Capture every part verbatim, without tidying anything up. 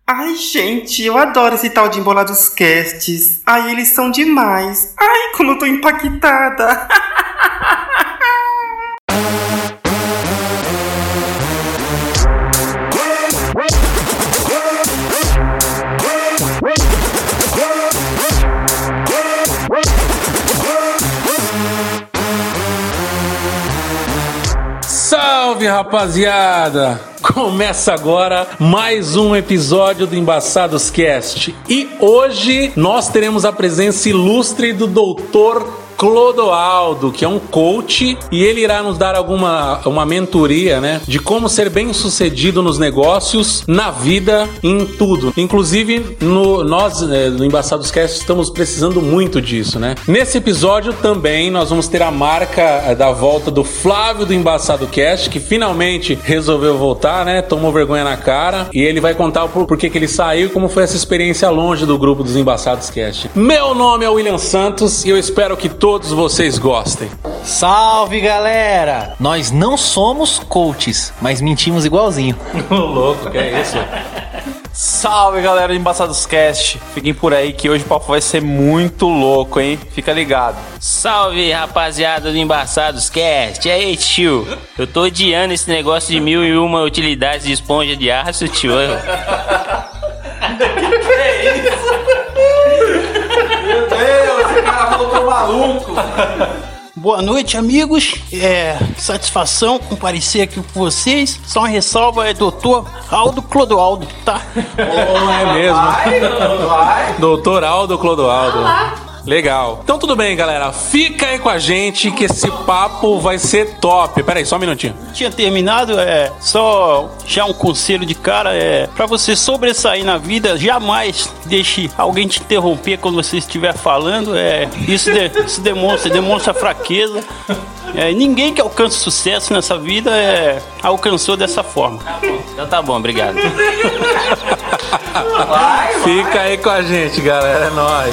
Ai, gente, eu adoro esse tal de Embolados Casts. Ai, eles são demais. Ai, como eu tô impactada. Salve, rapaziada! Começa agora mais um episódio do Embaçados Cast. E hoje nós teremos a presença ilustre do doutor Clodoaldo, que é um coach, e ele irá nos dar alguma uma mentoria, né, de como ser bem sucedido nos negócios, na vida, em tudo. Inclusive, no, nós, no Embaçados Cast, estamos precisando muito disso, né? Nesse episódio também nós vamos ter a marca da volta do Flávio do Embaçado Cast, que finalmente resolveu voltar, né? Tomou vergonha na cara, e ele vai contar o porquê que ele saiu e como foi essa experiência longe do grupo dos Embaçados Cast. Meu nome é William Santos e eu espero que todos Todos vocês gostem. Salve, galera! Nós não somos coaches, mas mentimos igualzinho. Ô, louco, que é isso? Salve, galera do Embaçados Cast. Fiquem por aí que hoje o papo vai ser muito louco, hein? Fica ligado. Salve, rapaziada do Embaçados Cast. E aí, tio? Eu tô odiando esse negócio de mil e uma utilidades de esponja de aço, tio. Que é isso? Meu Deus, esse cara voltou maluco. Boa noite, amigos. É satisfação comparecer aqui com vocês. Só uma ressalva, é doutor Aldo Clodoaldo, tá? Oh, é mesmo. Vai, vai. doutor Aldo Clodoaldo. Ah, legal. Então tudo bem, galera. Fica aí com a gente que esse papo vai ser top. Pera aí, só um minutinho. Tinha terminado, é só já um conselho de cara, é pra você sobressair na vida, jamais deixe alguém te interromper quando você estiver falando. É, isso, de, isso demonstra, demonstra fraqueza. É, ninguém que alcança sucesso nessa vida é, alcançou dessa forma. Tá bom. Então tá bom, obrigado. Vai, vai. Fica aí com a gente, galera. É nóis.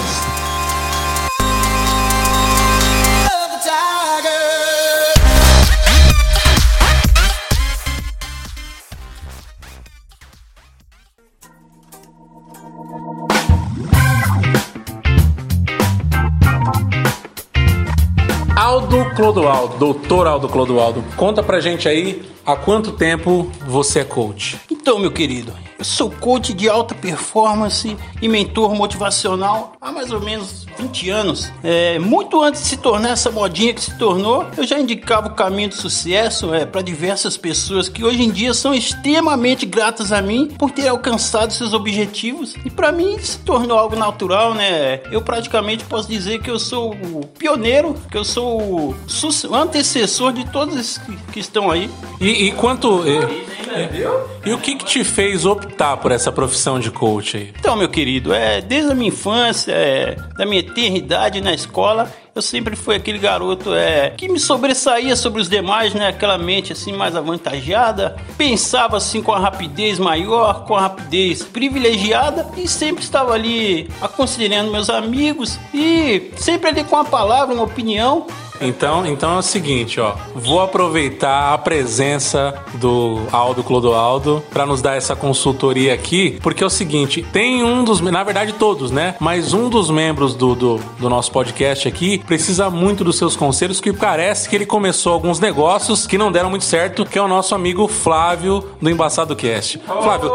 Aldo Clodoaldo, doutor Aldo Clodoaldo, conta pra gente aí há quanto tempo você é coach? Então, meu querido, eu sou coach de alta performance e mentor motivacional há mais ou menos vinte anos. É, muito antes de se tornar essa modinha que se tornou, eu já indicava o caminho do sucesso é, para diversas pessoas que hoje em dia são extremamente gratas a mim por ter alcançado seus objetivos. E para mim se tornou algo natural, né? Eu praticamente posso dizer que eu sou o pioneiro, que eu sou o, o antecessor de todos esses que, que estão aí. E, e quanto... E, e, e o que que te fez optar por essa profissão de coach aí? Então, meu querido, é, desde a minha infância, é, da minha eternidade na escola, eu sempre fui aquele garoto é, que me sobressaía sobre os demais, né? Aquela mente assim mais avantajada, pensava assim com a rapidez maior, com a rapidez privilegiada e sempre estava ali aconselhando meus amigos e sempre ali com a palavra, uma opinião. Então, então é o seguinte, ó, vou aproveitar a presença do Aldo Clodoaldo para nos dar essa consultoria aqui, porque é o seguinte, tem um dos, na verdade todos, né, mas um dos membros do, do, do nosso podcast aqui precisa muito dos seus conselhos, que parece que ele começou alguns negócios que não deram muito certo, que é o nosso amigo Flávio do Embaçado Cast. Flávio...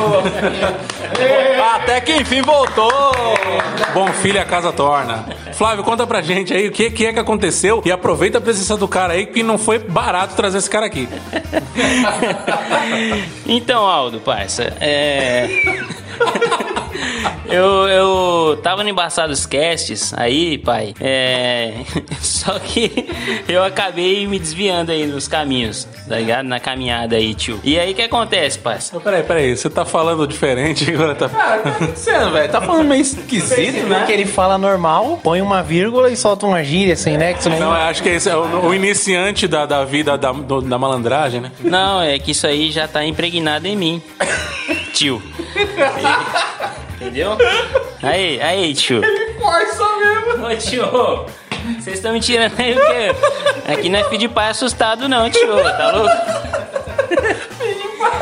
Até que enfim voltou! Bom filho a casa torna. Flávio, conta pra gente aí o que, que é que aconteceu e aproveita a presença do cara aí, que não foi barato trazer esse cara aqui. Então, Aldo, parça, é... Eu, eu tava no Embaçados Casts aí, pai, é... Só que eu acabei me desviando aí nos caminhos, tá ligado? Na caminhada aí, tio. E aí, o que acontece, parça? Peraí, peraí, você tá falando diferente agora, tá... Cara, o que tá acontecendo, velho? Tá falando meio esquisito, né? Porque ele fala normal, põe uma vírgula e solta uma gíria assim, né? Que você não... Não, acho que esse é o, o iniciante da, da vida da, do, da malandragem, né? Não, é que isso aí já tá impregnado em mim, tio. Entendeu? Aí, aí, tio. Ele força mesmo. Ô, tio, vocês estão me tirando aí o quê? Aqui não é filho de pai assustado não, tio, tá louco? Filho de pai assustado.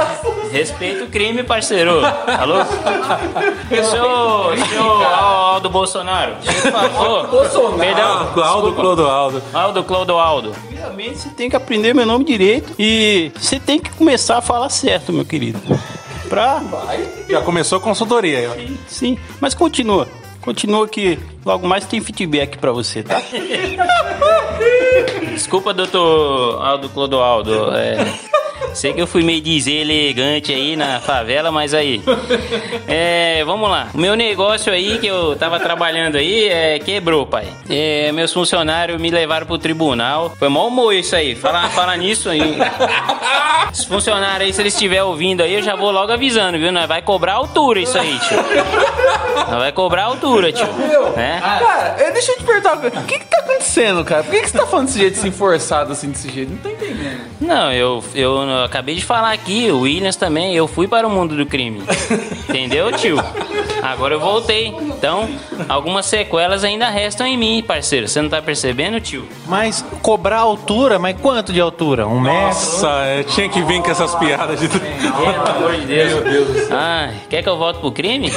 Respeita o crime, parceiro. Alô? Senhor, senhor Aldo Bolsonaro. Por favor. Bolsonaro. Perdão. Aldo Clodoaldo. Aldo Clodoaldo. Primeiramente, você tem que aprender meu nome direito e você tem que começar a falar certo, meu querido. Pra... Já começou a consultoria aí, ó. Sim, sim. Mas continua. Continua que logo mais tem feedback pra você, tá? Desculpa, doutor Aldo Clodoaldo. É, sei que eu fui meio deselegante aí na favela, mas aí. É, vamos lá. O meu negócio aí que eu tava trabalhando aí é, quebrou, pai. É, meus funcionários me levaram pro tribunal. Foi mó humor isso aí. Falar fala nisso aí. Os funcionários aí, se eles estiverem ouvindo aí, eu já vou logo avisando, viu? Nós vai cobrar altura isso aí, tio. Nós vai cobrar altura, tio. Né? Cara, eh, deixa eu te perguntar, o que que tá acontecendo, cara? Por que que você tá falando desse jeito, assim, forçado, assim, desse jeito? Não tô entendendo. Não, eu, eu, eu acabei de falar aqui, o Williams também, eu fui para o mundo do crime. Entendeu, tio? Agora eu voltei. Então, algumas sequelas ainda restam em mim, parceiro. Você não tá percebendo, tio? Mas cobrar altura, mas quanto de altura? Um metro? Nossa, é, tinha que vir com essas piadas de... Pelo amor de Deus. Meu Deus do céu. Ah, quer que eu volte pro crime?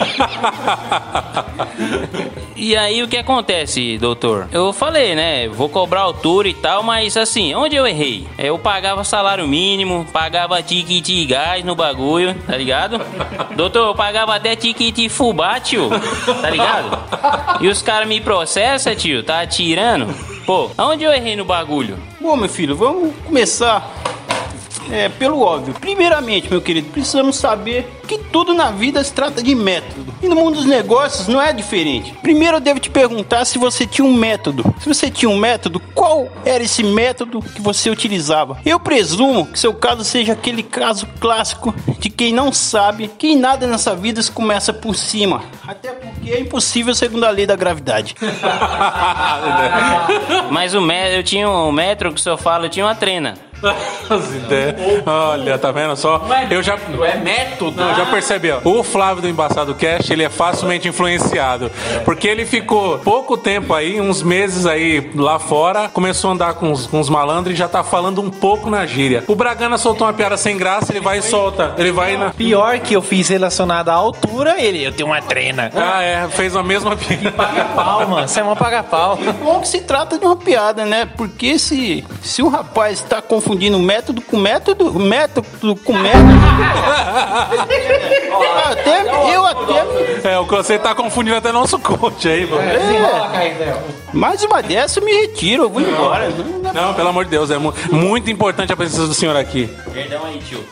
E aí o que acontece, doutor? Eu falei, né? Vou cobrar altura e tal, mas assim, onde eu errei? Eu pagava salário mínimo, pagava ticket e gás no bagulho, tá ligado? Doutor, eu pagava até ticket e fubá, tio, tá ligado? E os caras me processam, tio, tá tirando? Pô, aonde eu errei no bagulho? Bom, meu filho, vamos começar é, pelo óbvio. Primeiramente, meu querido, precisamos saber que tudo na vida se trata de método. E no mundo dos negócios não é diferente. Primeiro eu devo te perguntar se você tinha um método. Se você tinha um método, qual era esse método que você utilizava? Eu presumo que seu caso seja aquele caso clássico de quem não sabe que em nada nessa vida se começa por cima. Até porque é impossível segundo a lei da gravidade. Mas o metro, eu tinha um metro que o senhor fala, eu tinha uma trena. As ideias. Olha, tá vendo só? Eu já. É método? Não, já percebi, ó. O Flávio do Embaçado Cast, ele é facilmente influenciado. Porque ele ficou pouco tempo aí, uns meses aí lá fora, começou a andar com os, com os malandros e já tá falando um pouco na gíria. O Bragana soltou uma piada sem graça, ele vai e solta. Ele vai na. Pior que eu fiz relacionado à altura, ele, eu tenho uma trena. Ah, é, fez a mesma piada. Paga pau, mano. Você é uma paga pau. Bom que se trata de uma piada, né? Porque se, se o rapaz tá confundindo método com método, método com método. até, eu até. É, o que você tá confundindo até nosso coach aí, mano. É. Mais uma dessa eu me retiro, eu vou embora. Não, pelo amor de Deus, é mu- muito importante a presença do senhor aqui. Perdão aí, tio.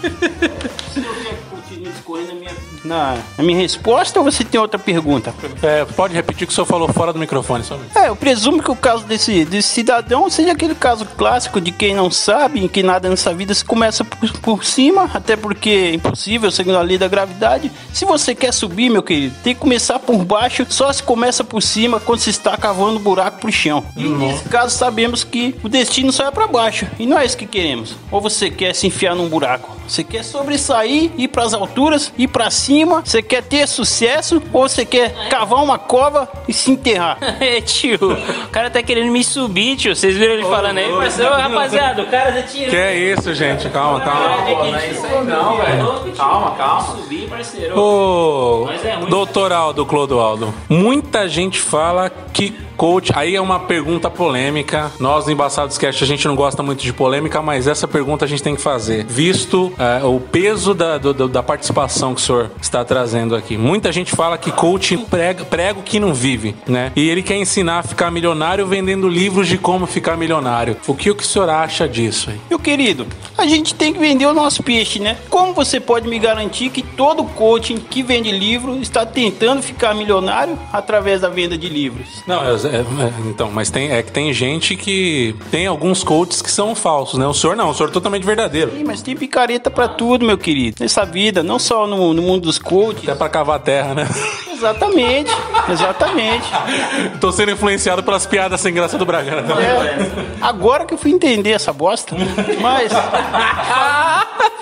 Na, na minha resposta ou você tem outra pergunta? É, pode repetir o que o senhor falou fora do microfone, só. É, eu presumo que o caso desse, desse cidadão seja aquele caso clássico de quem não sabe em que nada nessa vida se começa por, por cima, até porque é impossível, segundo a lei da gravidade. Se você quer subir, meu querido, tem que começar por baixo, só se começa por cima quando se está cavando um buraco pro chão. E nesse caso sabemos que o destino só é pra baixo, e não é isso que queremos. Ou você quer se enfiar num buraco, você quer sobressair, ir pras alturas, ir pra cima, você quer ter sucesso, ou você quer cavar uma cova e se enterrar? É, tio, o cara tá querendo me subir, tio. Vocês viram ele falando aí, parceiro? Ô, rapaziada, o cara já tira. Que é isso, gente? Calma, calma. Não, velho. Calma, calma. Subir, parceiro. Ô, Mas é ruim. doutor Aldo Clodoaldo, muita gente fala que coach... Aí é uma pergunta polêmica. Nós, no Embaçados Cast, a gente não gosta muito de polêmica, mas essa pergunta a gente tem que fazer. Visto é, o peso da, do, da participação que o senhor está trazendo aqui. Muita gente fala que coach prega, prega o que não vive, né? E ele quer ensinar a ficar milionário vendendo livros de como ficar milionário. O que o, que o senhor acha disso aí? Meu querido, a gente tem que vender o nosso peixe, né? Como você pode me garantir que todo coaching que vende livro está tentando ficar milionário através da venda de livros? Não, é, é, é, então, mas tem, é que tem gente que tem alguns coaches que são falsos, né? O senhor não, o senhor é totalmente verdadeiro. Sim, mas tem picareta pra tudo, meu querido. Nessa vida, não só no, no mundo dos coaches. Até pra cavar a terra, né? Exatamente, exatamente. Tô sendo influenciado pelas piadas sem graça do Bragana também. É, agora que eu fui entender essa bosta. Mas,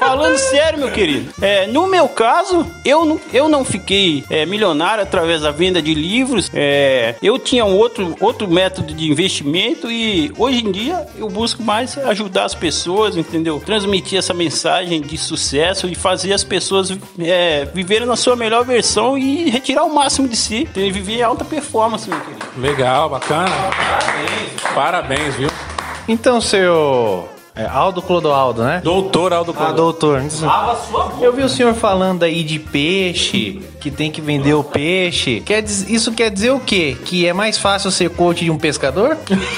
Falando sério, meu querido, é, no meu caso, eu não, eu não fiquei é, milionário através da venda de livros. É, eu tinha um outro, outro método de investimento e hoje em dia eu busco mais ajudar as pessoas, entendeu? Transmitir essa mensagem de sucesso e fazer as pessoas é, viverem na sua melhor versão e retirar o máximo de si, entendeu? Viver em alta performance, meu querido. Legal, bacana. Parabéns. Parabéns, viu? Então, seu... É Aldo Clodoaldo, né? Doutor Aldo Ah, Clodoaldo. doutor. Eu vi o senhor falando aí de peixe, que tem que vender o peixe. Quer diz- isso quer dizer o quê? Que é mais fácil ser coach de um pescador?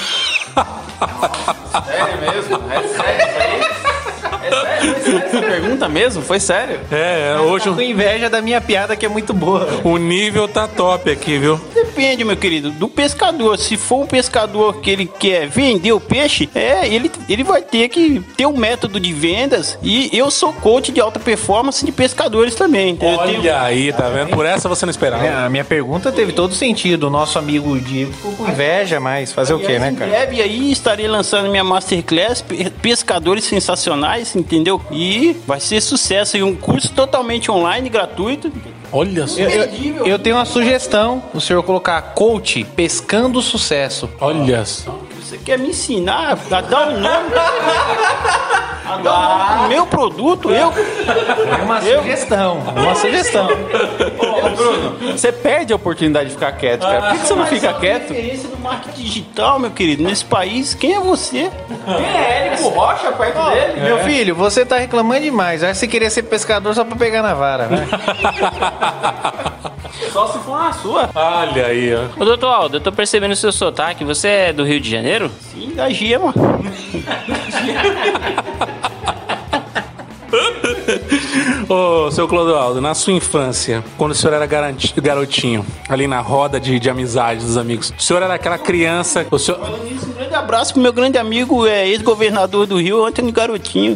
Sério mesmo? É sério isso aí? É sério? Foi sério essa pergunta mesmo? Foi sério? É, hoje Tô com inveja da minha piada, que é muito boa. o nível tá top aqui, viu? Depende, meu querido, do pescador. Se for um pescador que ele quer vender o peixe, é, ele, ele vai ter que ter um método de vendas. E eu sou coach de alta performance de pescadores também, entendeu? Eu tenho- Olha aí, tá vendo? Por essa você não esperava. É, a minha pergunta teve todo sentido. O nosso amigo Diego ficou com inveja, mas fazer o quê, né, Em cara? breve aí estarei lançando minha Masterclass Pe- Pescadores Sensacionais, entendeu? E vai ser sucesso. E um curso totalmente online, gratuito. Olha só. Eu, eu- eu tenho uma sugestão, o senhor colocar coach pescando sucesso. Olha só. Você quer me ensinar a dar um nome? A dar um nome pro meu produto? Eu? É uma Eu? sugestão, uma sugestão. Ô, Bruno, você perde a oportunidade de ficar quieto, cara. Por que, que você não fica quieto? Referência do marketing digital, meu querido, nesse país. Quem é você? Quem é Érico Rocha perto dele? Meu filho, você tá reclamando demais. Vai você querer ser pescador só pra pegar na vara, né? Só se for na sua. Olha aí, ó. Ô, doutor Aldo, eu tô percebendo o seu sotaque. Você é do Rio de Janeiro? Sim, da Gema. Ô, seu Clodoaldo, na sua infância, quando o senhor era garanti- garotinho, ali na roda de, de amizade dos amigos, o senhor era aquela criança. O senhor... Um grande abraço pro meu grande amigo, é, ex-governador do Rio, Antônio Garotinho.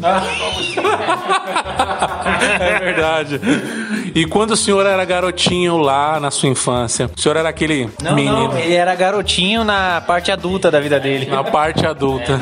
É verdade. E quando o senhor era garotinho lá na sua infância, o senhor era aquele Não, menino não, ele era garotinho na parte adulta da vida dele. na parte adulta.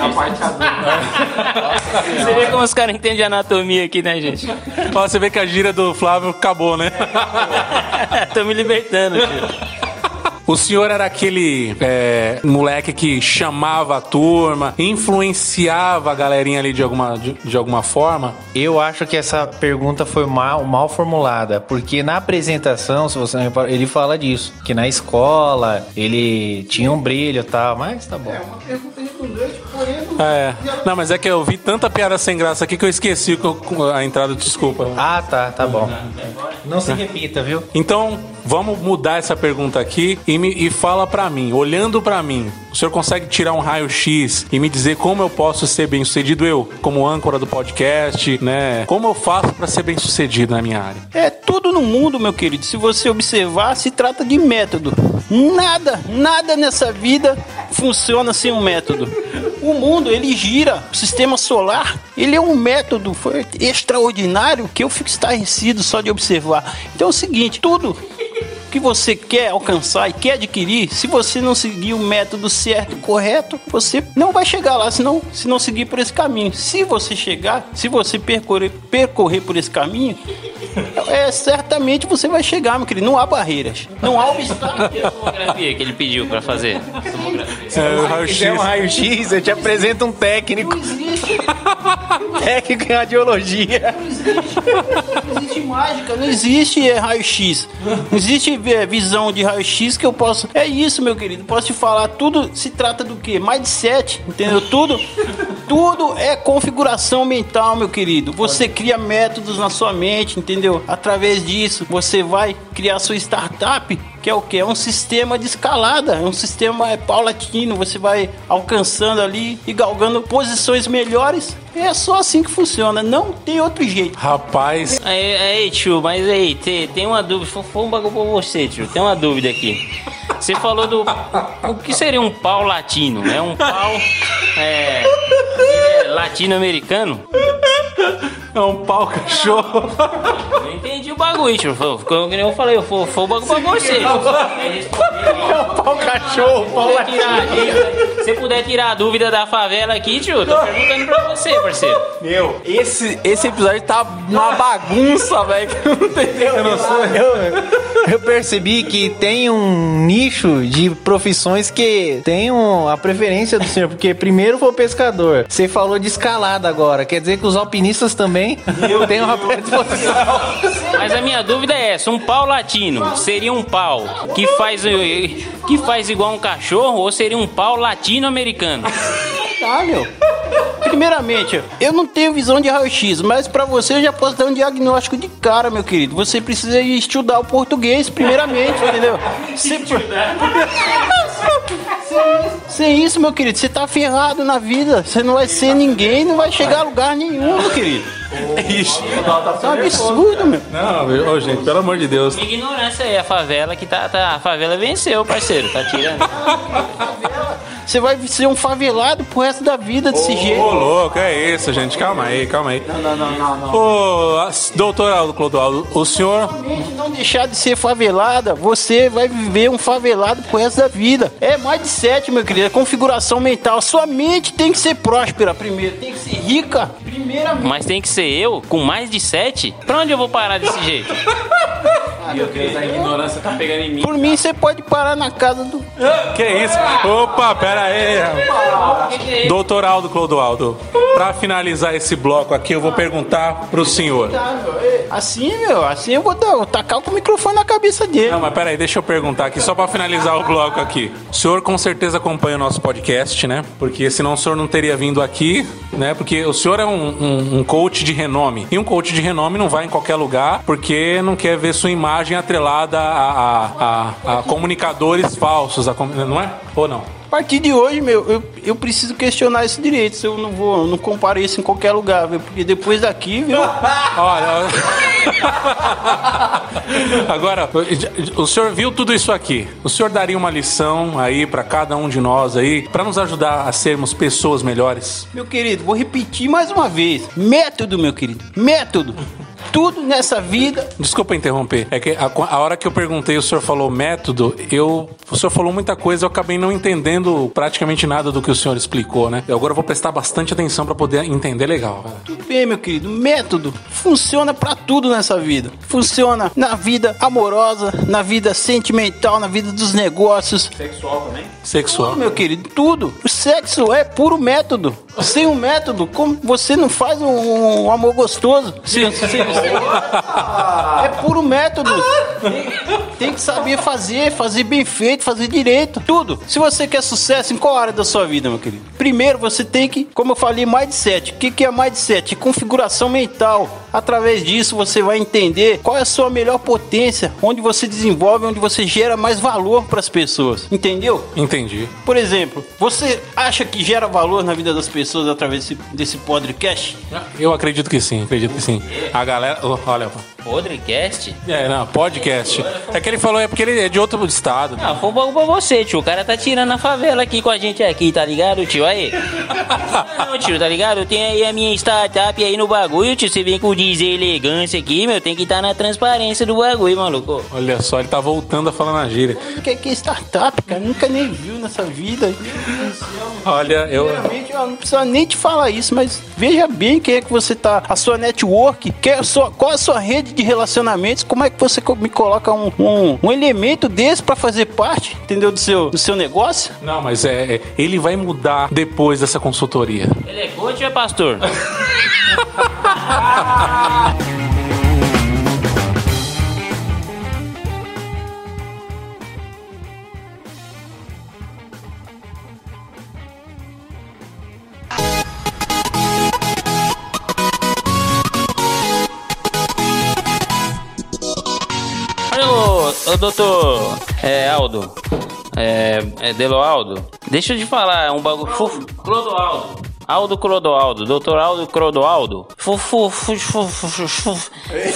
Você vê como os caras entendem de anatomia aqui, né, gente? Ó, você vê que a gíria do Flávio acabou, né? Tô me libertando, tio. O senhor era aquele é, moleque que chamava a turma, influenciava a galerinha ali de alguma, de, de alguma forma? Eu acho que essa pergunta foi mal, mal formulada, porque na apresentação, se você não reparar, ele fala disso, que na escola ele tinha um brilho e tal, mas tá bom. É. Não, mas é que eu vi tanta piada sem graça aqui que eu esqueci a entrada, desculpa. Ah, tá, tá bom. Não se repita, viu? Então, vamos mudar essa pergunta aqui e, me, e fala pra mim, olhando pra mim, o senhor consegue tirar um raio-x e me dizer como eu posso ser bem-sucedido, eu, como âncora do podcast, né? Como eu faço pra ser bem-sucedido na minha área? É tudo no mundo, meu querido. Se você observar, se trata de método. Nada, nada nessa vida funciona sem um método. O mundo, ele gira. O sistema solar, ele é um método foi extraordinário que eu fico estarrecido só de observar. Então é o seguinte, tudo que você quer alcançar e quer adquirir, se você não seguir o método certo e correto, você não vai chegar lá, se não, se não seguir por esse caminho. Se você chegar, se você percorrer, percorrer por esse caminho, é, certamente você vai chegar, meu querido. Não há barreiras, não há obstáculos. Tomografia que ele pediu pra fazer. É, o raio-x. Se quiser um raio-x, eu te apresento um técnico. Não existe, Técnico em radiologia. não existe mágica, não existe é, raio-x. Não existe é, visão de raio-x que eu posso... É isso, meu querido. Posso te falar, tudo se trata do quê? Mindset, entendeu? Tudo, tudo é configuração mental, meu querido. Você cria métodos na sua mente, entendeu? Através disso, você vai criar sua startup, que é o que? É um sistema de escalada, é um sistema é, paulatino, você vai alcançando ali e galgando posições melhores. É só assim que funciona, não tem outro jeito. Rapaz, Aí, aí, tio, mas aí, tem, tem uma dúvida. Foi foi um bagulho pra você, tio. Tem uma dúvida aqui. Você falou do. O que seria um pau latino? É um pau. É. é latino-americano? É um pau cachorro. Eu entendi o bagulho, tio. Foi, foi, como eu falei, foi, foi o bagulho pra você. É um pau cachorro, pau Se puder, se puder tirar a dúvida da favela aqui, tio, tô perguntando pra você, parceiro. Meu, esse, esse episódio tá uma bagunça, velho. Não entendeu? Eu, não sei. eu, eu percebi que tem um nicho de profissões que tem um, a preferência do senhor, porque primeiro foi o pescador, você falou de escalada agora, quer dizer que os alpinistas também têm uma predisposição. Mas a minha dúvida é essa, um pau latino seria um pau que faz, que faz igual um cachorro ou seria um pau latino-americano? Ah, meu. Primeiramente, eu não tenho visão de raio-x, mas pra você eu já posso dar um diagnóstico de cara, meu querido. Você precisa estudar o português primeiramente, entendeu? Você... Sem isso, meu querido, você tá ferrado na vida. Você não vai ser ninguém, não vai chegar a lugar nenhum, meu querido. Ixi. Isso é um absurdo, meu. Não, ô, gente, pelo amor de Deus. Ignorância aí, a favela que tá, tá. A favela venceu, parceiro, tá tirando. Você vai ser um favelado pro resto da vida desse Ô, jeito. Ô, louco, é isso, gente. Calma aí, calma aí. Não, não, não, não. Ô, as- doutor Aldo Clodoaldo, o senhor. Se não deixar de ser favelada, você vai viver um favelado pro resto da vida. É mindset, meu querido, é configuração mental. Sua mente tem que ser próspera primeiro, tem que ser rica primeiramente. Mas tem que ser eu, com mais de sete? Pra onde eu vou parar desse jeito? Meu Deus, a ignorância tá pegando em mim. Por mim, você pode parar na casa do... Que isso? Opa, pera aí. Doutor Aldo Clodoaldo, pra finalizar esse bloco aqui, eu vou perguntar pro senhor. Assim, meu, assim eu vou, dar, vou tacar com o microfone na cabeça dele. Não, mas peraí, deixa eu perguntar aqui, só pra finalizar o bloco aqui. O senhor com certeza acompanha o nosso podcast, né? Porque senão o senhor não teria vindo aqui, né? Porque o senhor é um, um, um coach de renome. E um coach de renome não vai em qualquer lugar porque não quer ver sua imagem atrelada a, a, a, a comunicadores falsos, a com- não é? Ou não? A partir de hoje, meu, eu, eu preciso questionar esse direito. Se eu não vou, eu não compareço em qualquer lugar, viu? Porque depois daqui, viu? Olha. Agora, o senhor viu tudo isso aqui. O senhor daria uma lição aí pra cada um de nós aí, pra nos ajudar a sermos pessoas melhores? Meu querido, vou repetir mais uma vez. Método, meu querido. Método. Tudo nessa vida. Desculpa interromper. É que a, a hora que eu perguntei, o senhor falou método, eu, o senhor falou muita coisa, eu acabei não entendendo praticamente nada do que o senhor explicou, né? Eu agora vou prestar bastante atenção pra poder entender legal. Cara. Tudo bem, meu querido. Método funciona pra tudo nessa vida. Funciona na vida amorosa, na vida sentimental, na vida dos negócios. Sexual. Tudo, meu querido, tudo. O sexo é puro método. Sem um método, como você não faz um, um amor gostoso? Se- se- é puro método. Tem, tem que saber fazer, fazer bem feito, fazer direito, tudo. Se você quer sucesso em qual área da sua vida, meu querido? Primeiro você tem que, como eu falei, mindset. O que, que é mindset? É configuração mental. Através disso você vai entender qual é a sua melhor potência, onde você desenvolve, onde você gera mais valor para as pessoas. Entendeu? Entendi. Por exemplo, você acha que gera valor na vida das pessoas através desse, desse podcast? Eu acredito que sim, acredito que sim. A galera, oh, olha, Podrecast? é, não, podcast. É que ele falou, é porque ele é de outro estado. Ah, foi um bagulho pra você, tio. O cara tá tirando a favela aqui com a gente aqui, tá ligado, tio? Aí. Não, tio, tá ligado? Eu tenho aí a minha startup aí no bagulho, tio. Você vem com dizer elegância aqui, meu. Tem que estar na transparência do bagulho, maluco. Olha só, ele tá voltando a falar na gíria. O que é que é startup, cara? Nunca nem viu nessa vida. Olha, eu... Primeiramente, eu não precisa nem te falar isso, mas veja bem quem é que você tá, a sua network, quem é a sua, qual é a sua rede de relacionamentos, como é que você co- me coloca um, um, um elemento desse pra fazer parte, entendeu, do seu, do seu negócio? Não, mas é, é, ele vai mudar depois dessa consultoria. Ele é coach ou é pastor? Olha, ô, ô doutor é, Aldo, é, é Deloaldo, deixa eu te falar um bagulho. Fu- Clodoaldo, Aldo Clodoaldo, doutor Aldo Clodoaldo. Fufu, fufu, fufu, fufu.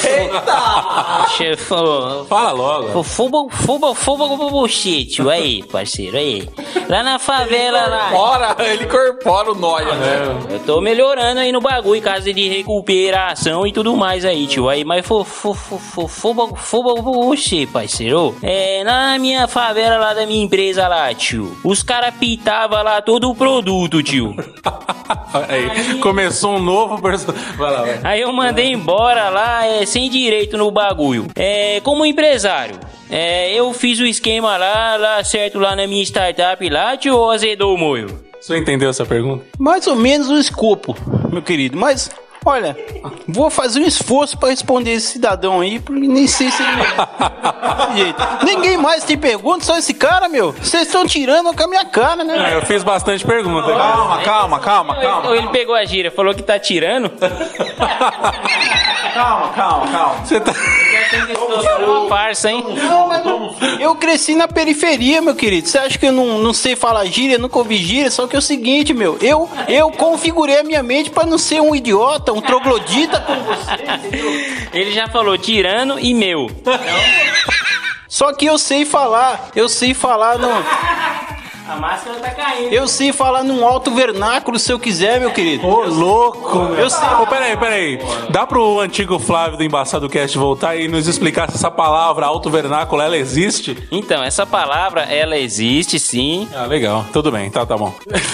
Eita! Fala logo. Fuba, fuba, fuba, bubuchete. Aí, parceiro, aí. Lá na favela, lá. Bora, ele incorpora o nóia, né? Eu tô melhorando aí no bagulho, casa de recuperação e tudo mais aí, tio. Aí, mas fuba, fuba, fuba, bubuchete, parceiro. É, na minha favela lá da minha empresa lá, tio. Os caras pitavam lá todo o produto, tio. Aí, começou um novo personagem. Vai lá, vai. Aí eu mandei embora lá, é, sem direito no bagulho. É, como empresário, é, eu fiz o esquema lá, lá certo, lá na minha startup lá, tio, ou azedou o moio? Você entendeu essa pergunta? Mais ou menos o escopo, meu querido. Mas, olha, vou fazer um esforço pra responder esse cidadão aí, porque nem sei se ele... Jeito. Ninguém mais tem pergunta, só esse cara, meu. Vocês estão tirando com a minha cara, né? É, eu fiz bastante pergunta. Calma, calma, calma, Ou calma. ele pegou a gíria, falou que tá tirando? Calma, calma, calma. Você tá... Uma farsa, hein? Não, mas não. Eu cresci na periferia, meu querido. Você acha que eu não, não sei falar gíria, nunca ouvi gíria? Só que é o seguinte, meu. Eu, eu configurei a minha mente pra não ser um idiota, um troglodita como você. Ele já falou tirando e meu. Só que eu sei falar. Eu sei falar no... A máscara tá caindo. Eu sei falar num alto vernáculo se eu quiser, meu querido. Ô, louco, meu. Eu sei. Ô, peraí, peraí. Dá pro antigo Flávio do Embaçado Cast voltar e nos explicar se essa palavra alto vernáculo, ela existe? Então, essa palavra, ela existe sim. Ah, legal. Tudo bem, tá, tá bom.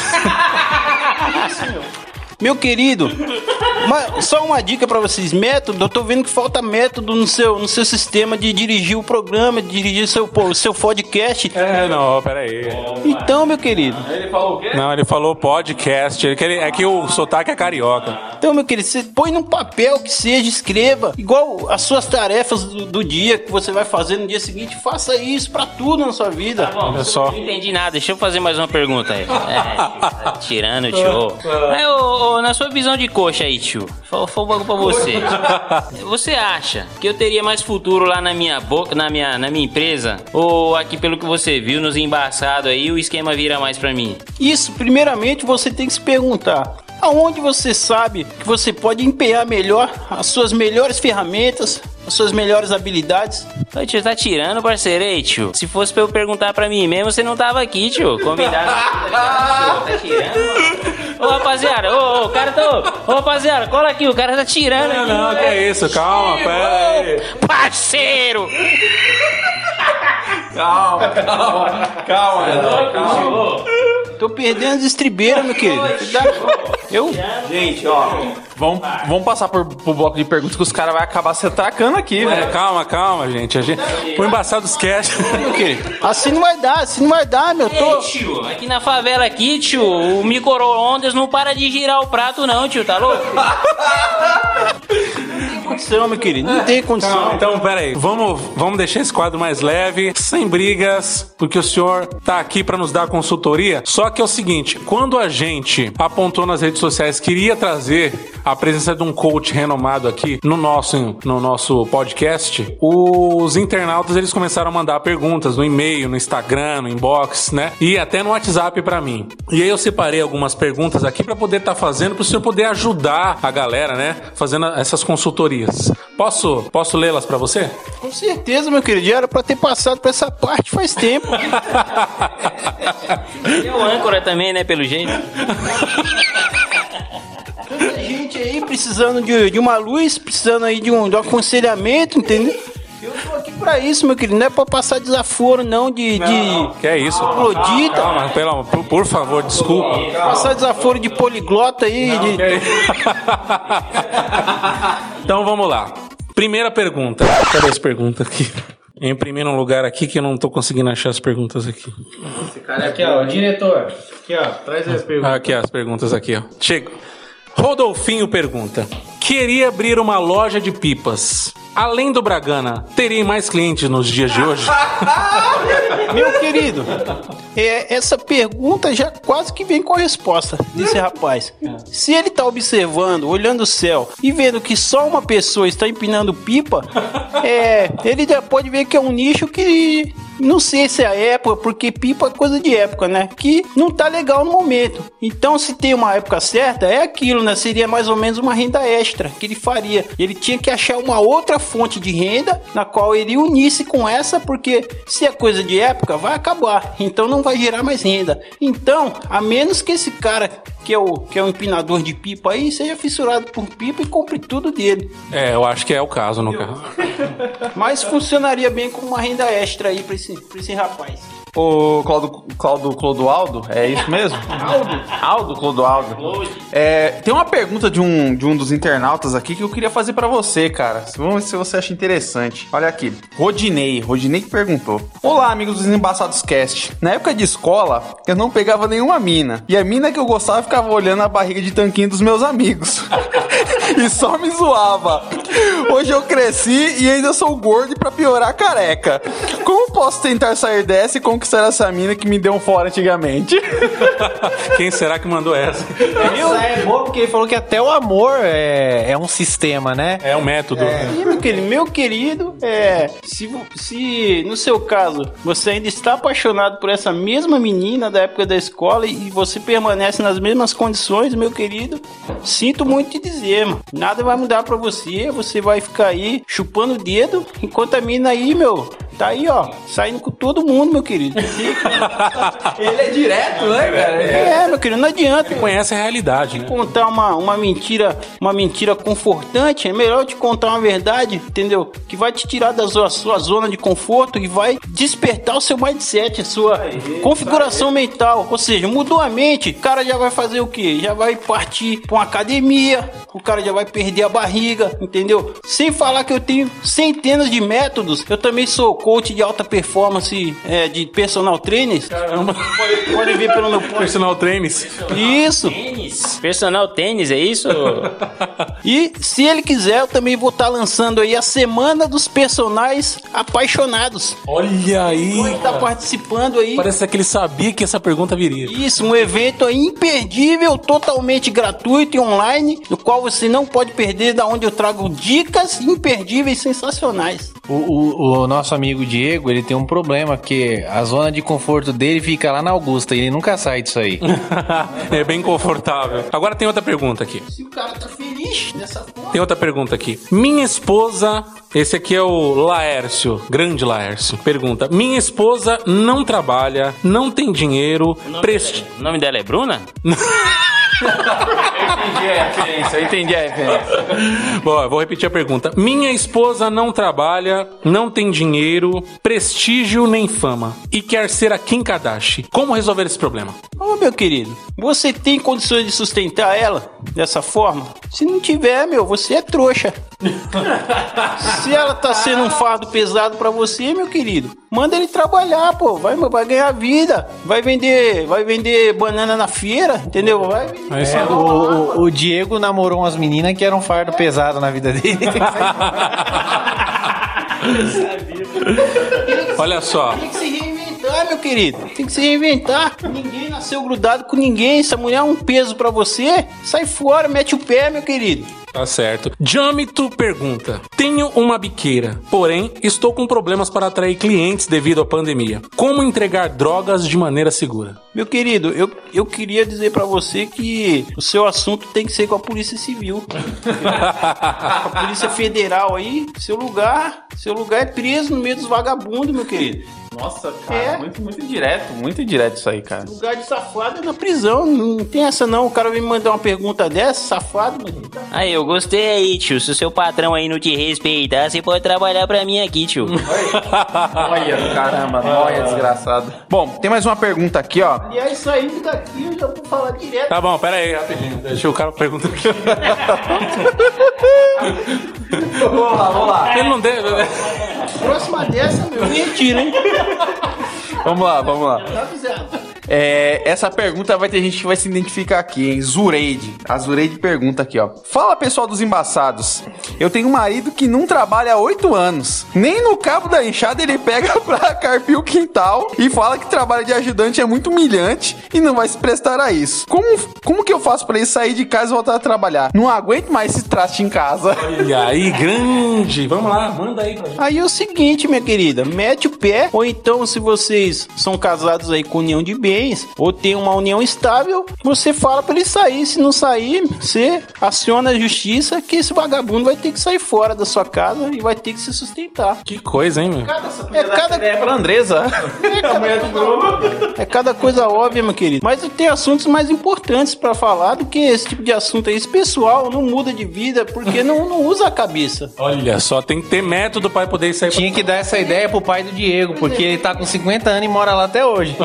Meu querido, mas só uma dica pra vocês, método, eu tô vendo que falta método no seu, no seu sistema de dirigir o programa, de dirigir o seu, o seu podcast. É, não, peraí. Então, meu querido, Não, ele falou podcast. Ele, que ele- é que o sotaque é carioca. então, meu querido, você põe num papel que seja, escreva, igual as suas tarefas do, do dia que você vai fazer no dia seguinte, faça isso pra tudo na sua vida. Olha só. Não entendi nada, deixa eu fazer mais uma pergunta aí. É, tá tirando, tio. Mas, ô, ô, na sua visão de coxa aí, tio, foi um bagulho pra você. Você acha que eu teria mais futuro lá na minha boca, na minha, na minha empresa? Ou aqui, pelo que você viu, nos embaçados aí, o esquema vira mais pra mim? Isso, primeiramente, você tem que se perguntar. Aonde você sabe que você pode empenhar melhor as suas melhores ferramentas, as suas melhores habilidades? Ô, tio, tá tirando, parceiro, aí, tio? Se fosse pra eu perguntar pra mim mesmo, você não tava aqui, tio. Convidado. Tá tirando? Ô, rapaziada, ô, ô, o cara tá... Ô, rapaziada, cola aqui, o cara tá tirando Não, aqui. não, que é isso, calma, pera aí. Parceiro! Calma, calma, calma, Renan, calma. Tô perdendo as estribeiras, meu querido. Eu? Gente, ó, vamos, vamos passar por, pro bloco de perguntas que os caras vão acabar se atracando aqui, É, velho. calma, calma, gente. A gente... O Embaçados Cast. Meu querido. Assim não vai dar, assim não vai dar, meu. Ei, Tô... tio, aqui na favela aqui, tio, o micro-ondas não para de girar o prato não, tio, tá louco? Não tem condição, meu querido. Não tem condição. Calma, então, pera aí. Vamos, vamos deixar esse quadro mais leve, sem brigas, porque o senhor tá aqui pra nos dar consultoria. Só que é o seguinte, quando a gente apontou nas redes sociais, queria trazer a presença de um coach renomado aqui no nosso, no nosso podcast, os internautas, eles começaram a mandar perguntas no e-mail, no Instagram, no inbox, né? E até no WhatsApp pra mim. E aí eu separei algumas perguntas aqui pra poder estar fazendo, pro senhor poder ajudar a galera, né? Fazendo essas consultorias. Posso, posso lê-las pra você? Com certeza, meu querido. Já era pra ter passado pra essa parte faz tempo. E o âncora também, né, pelo jeito. Tanta gente aí precisando de, de uma luz, precisando aí de um, de um aconselhamento, entendeu? Eu tô aqui pra isso, meu querido. Não é pra passar desaforo, não, de... de... Que é isso? Troglodita. Calma, pelo, por, por favor, desculpa. Passar desaforo de poliglota aí. De... Que é isso? Então vamos lá. Primeira pergunta. Cadê as perguntas aqui? Eu imprimi num lugar aqui que eu não tô conseguindo achar as perguntas aqui. Aqui, ó, diretor. Aqui, ó, traz as perguntas. Aqui, as perguntas aqui, ó. Chega. Rodolfinho pergunta: queria abrir uma loja de pipas. Além do Bragana, teria mais clientes nos dias de hoje? Meu querido, é, essa pergunta já quase que vem com a resposta desse rapaz. Se ele tá observando, olhando o céu e vendo que só uma pessoa está empinando pipa, é, ele já pode ver que é um nicho que Não sei se é a época, porque pipa é coisa de época, né? Que não tá legal no momento. Então, se tem uma época certa, é aquilo, né? Seria mais ou menos uma renda extra que ele faria. Ele tinha que achar uma outra fonte de renda na qual ele unisse com essa, porque se é coisa de época, vai acabar. Então, não vai gerar mais renda. Então, a menos que esse cara que é o que é o empinador de pipa aí seja fissurado por pipa e compre tudo dele. É, eu acho que é o caso, no caso. Mas funcionaria bem como uma renda extra aí pra esse, pra esse rapaz. O Claudio, Claudio Clodoaldo, é isso mesmo? Aldo? Aldo Clodoaldo. É, tem uma pergunta de um, de um dos internautas aqui que eu queria fazer pra você, cara. Vamos ver se você acha interessante. Olha aqui, Rodinei. Rodinei que perguntou. Olá, amigos dos Embaçados Cast. Na época de escola, eu não pegava nenhuma mina. E a mina que eu gostava ficava olhando a barriga de tanquinho dos meus amigos. E só me zoava. Hoje eu cresci e ainda sou gordo e pra piorar careca. Como posso tentar sair dessa e conquistar essa mina que me deu um fora antigamente? Quem será que mandou essa? Essa é boa porque ele falou que até o amor é, é um sistema, né? É um método. É. E, meu querido, meu querido, é, se, se no seu caso você ainda está apaixonado por essa mesma menina da época da escola e você permanece nas mesmas condições, meu querido, sinto muito te dizer, mano. Nada vai mudar pra você, você vai ficar aí chupando o dedo, enquanto a mina aí, meu, tá aí, ó, saindo com todo mundo, meu querido. Ele é direto, né, cara? É, meu querido, não adianta. Você conhece a realidade, né? Contar uma, uma mentira, uma mentira confortante, é melhor eu te contar uma verdade, entendeu? Que vai te tirar da sua, sua zona de conforto e vai despertar o seu mindset, a sua aí, configuração aí. mental. Ou seja, mudou a mente, o cara já vai fazer o quê? Já vai partir pra uma academia, o cara já vai perder a barriga, entendeu? Sem falar que eu tenho centenas de métodos, eu também sou coach de alta performance, é, de personal trainers. Caramba. Pode, pode ver pelo meu post. Personal trainers. Isso. Tênis? Personal tênis, é isso? E se ele quiser, eu também vou estar lançando aí a Semana dos Personagens Apaixonados. Olha aí. Vai estar participando aí. Parece que ele sabia que essa pergunta viria. Isso, um evento aí imperdível, totalmente gratuito e online, no qual você não pode perder, da onde eu trago dicas imperdíveis, sensacionais. O, o, o nosso amigo Diego, ele tem um problema, que a zona de conforto dele fica lá na Augusta e ele nunca sai disso aí. É bem confortável. Agora tem outra pergunta aqui. Se o cara tá feliz dessa forma... Tem outra pergunta aqui. Minha esposa... Esse aqui é o Laércio, grande Laércio. Pergunta: minha esposa não trabalha, não tem dinheiro... O nome, prest... dela, o nome dela é Bruna? Eu entendi a referência, eu entendi a referência. Bom, eu vou repetir a pergunta. Minha esposa não trabalha, não tem dinheiro, prestígio nem fama e quer ser a Kim Kardashian. Como resolver esse problema? Ô, meu querido, você tem condições de sustentar ela dessa forma? Se não tiver, meu, você é trouxa. Se ela tá sendo um fardo pesado pra você, meu querido, manda ele trabalhar, pô. Vai, vai ganhar vida. Vai vender, vai vender banana na feira, entendeu? Vai vender. É, É, o, o, o Diego namorou umas meninas que eram um fardo pesado na vida dele. Olha só. Tem que se reinventar, meu querido. Tem que se reinventar. Ninguém nasceu grudado com ninguém. Essa mulher é um peso pra você. Sai fora, mete o pé, meu querido. Tá certo. Jâmito pergunta: tenho uma biqueira, porém estou com problemas para atrair clientes devido à pandemia. Como entregar drogas de maneira segura? Meu querido, eu, eu queria dizer pra você que o seu assunto tem que ser com a Polícia Civil. A Polícia Federal aí, seu lugar, seu lugar é preso no meio dos vagabundos, meu querido. Nossa, cara, É. muito, muito direto, muito direto isso aí, cara. Lugar de safado é na prisão, não tem essa não. O cara vem me mandar uma pergunta dessa, safado, meu querido. Aí, eu gostei aí, tio. Se o seu patrão aí não te respeitar, você pode trabalhar pra mim aqui, tio. Olha, caramba, olha, desgraçado. Bom, tem mais uma pergunta aqui, ó. Aliás, saindo daqui, eu já vou falar direto. Tá bom, pera aí, rapidinho. Deixa o cara perguntar aqui. Vamos lá, vamos lá. Ele não deve, né? Próxima dessa, meu, me retira, hein? Vamos lá, vamos lá. Tá avisado. É, essa pergunta vai ter gente que vai se identificar aqui, hein? Zureide. A Zureide pergunta aqui, ó. Fala, pessoal dos embaçados. Eu tenho um marido que não trabalha há oito anos. Nem no cabo da enxada ele pega pra carpir o quintal e fala que trabalho de ajudante é muito humilhante e não vai se prestar a isso. Como, como que eu faço pra ele sair de casa e voltar a trabalhar? Não aguento mais esse traste em casa. Olha aí, grande. Vamos lá, manda aí pra gente. Aí é o seguinte, minha querida, mete o pé, ou então se vocês são casados aí com união de bens, ou tem uma união estável, você fala pra ele sair. Se não sair, você aciona a justiça que esse vagabundo vai ter que sair fora da sua casa e vai ter que se sustentar. Que coisa, hein, meu? É cada... É pra Andresa. É cada... é cada coisa óbvia, meu querido. Mas tem assuntos mais importantes pra falar do que esse tipo de assunto aí. Esse pessoal não muda de vida porque não, não usa a cabeça. Olha só, tem que ter método pra poder sair. Tinha que dar essa ideia pro pai do Diego, porque ele tá com cinquenta anos e mora lá até hoje.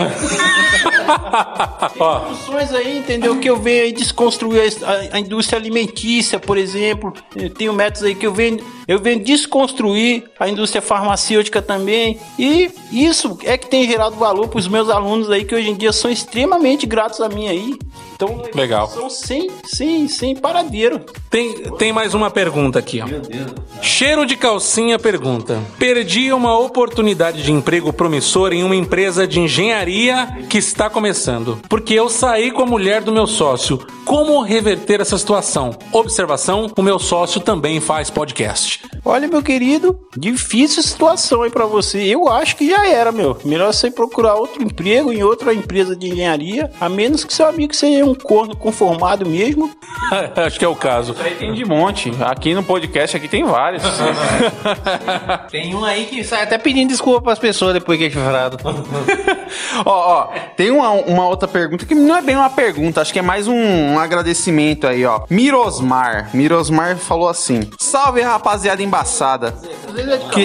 Ó, Funções aí, entendeu? Que eu venho aí desconstruir a, a indústria alimentícia, por exemplo. Eu tenho métodos aí que eu venho, eu venho desconstruir a indústria farmacêutica também. E isso é que tem gerado valor para os meus alunos aí, que hoje em dia são extremamente gratos a mim aí. Então, legal. São sem, sem, sem paradeiro. Tem, tem mais uma pergunta aqui, ó. Cheiro de Calcinha pergunta: perdi uma oportunidade de emprego promissor em uma empresa de engenharia que está começando, porque eu saí com a mulher do meu sócio. Como reverter essa situação? Observação: o meu sócio também faz podcast. Olha, meu querido, difícil situação aí pra você. Eu acho que já era, meu. Melhor você procurar outro emprego em outra empresa de engenharia, a menos que seu amigo seja um corno conformado mesmo. Acho que é o caso. Aí tem de monte. Aqui no podcast aqui tem vários. Tem um aí que sai até pedindo desculpa pras pessoas depois que é chifrado. Ó, ó, tem uma, uma outra pergunta que não é bem uma pergunta, acho que é mais um, um agradecimento aí, ó. Mirosmar. Mirosmar falou assim: salve, rapaziada embaçada. Que...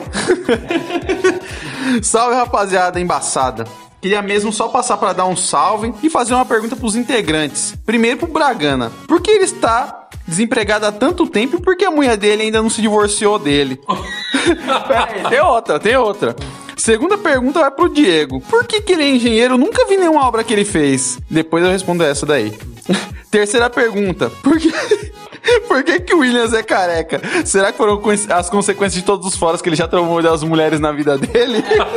Salve, rapaziada embaçada. Queria mesmo só passar para dar um salve e fazer uma pergunta pros integrantes. Primeiro pro Bragana. Por que ele está desempregado há tanto tempo e por que a mulher dele ainda não se divorciou dele? Pera aí, tem outra, tem outra. Segunda pergunta vai pro Diego. Por que que ele é engenheiro? Nunca vi nenhuma obra que ele fez. Depois eu respondo essa daí. Terceira pergunta. Por que... Por que que o Williams é careca? Será que foram as consequências de todos os foras que ele já tomou das mulheres na vida dele?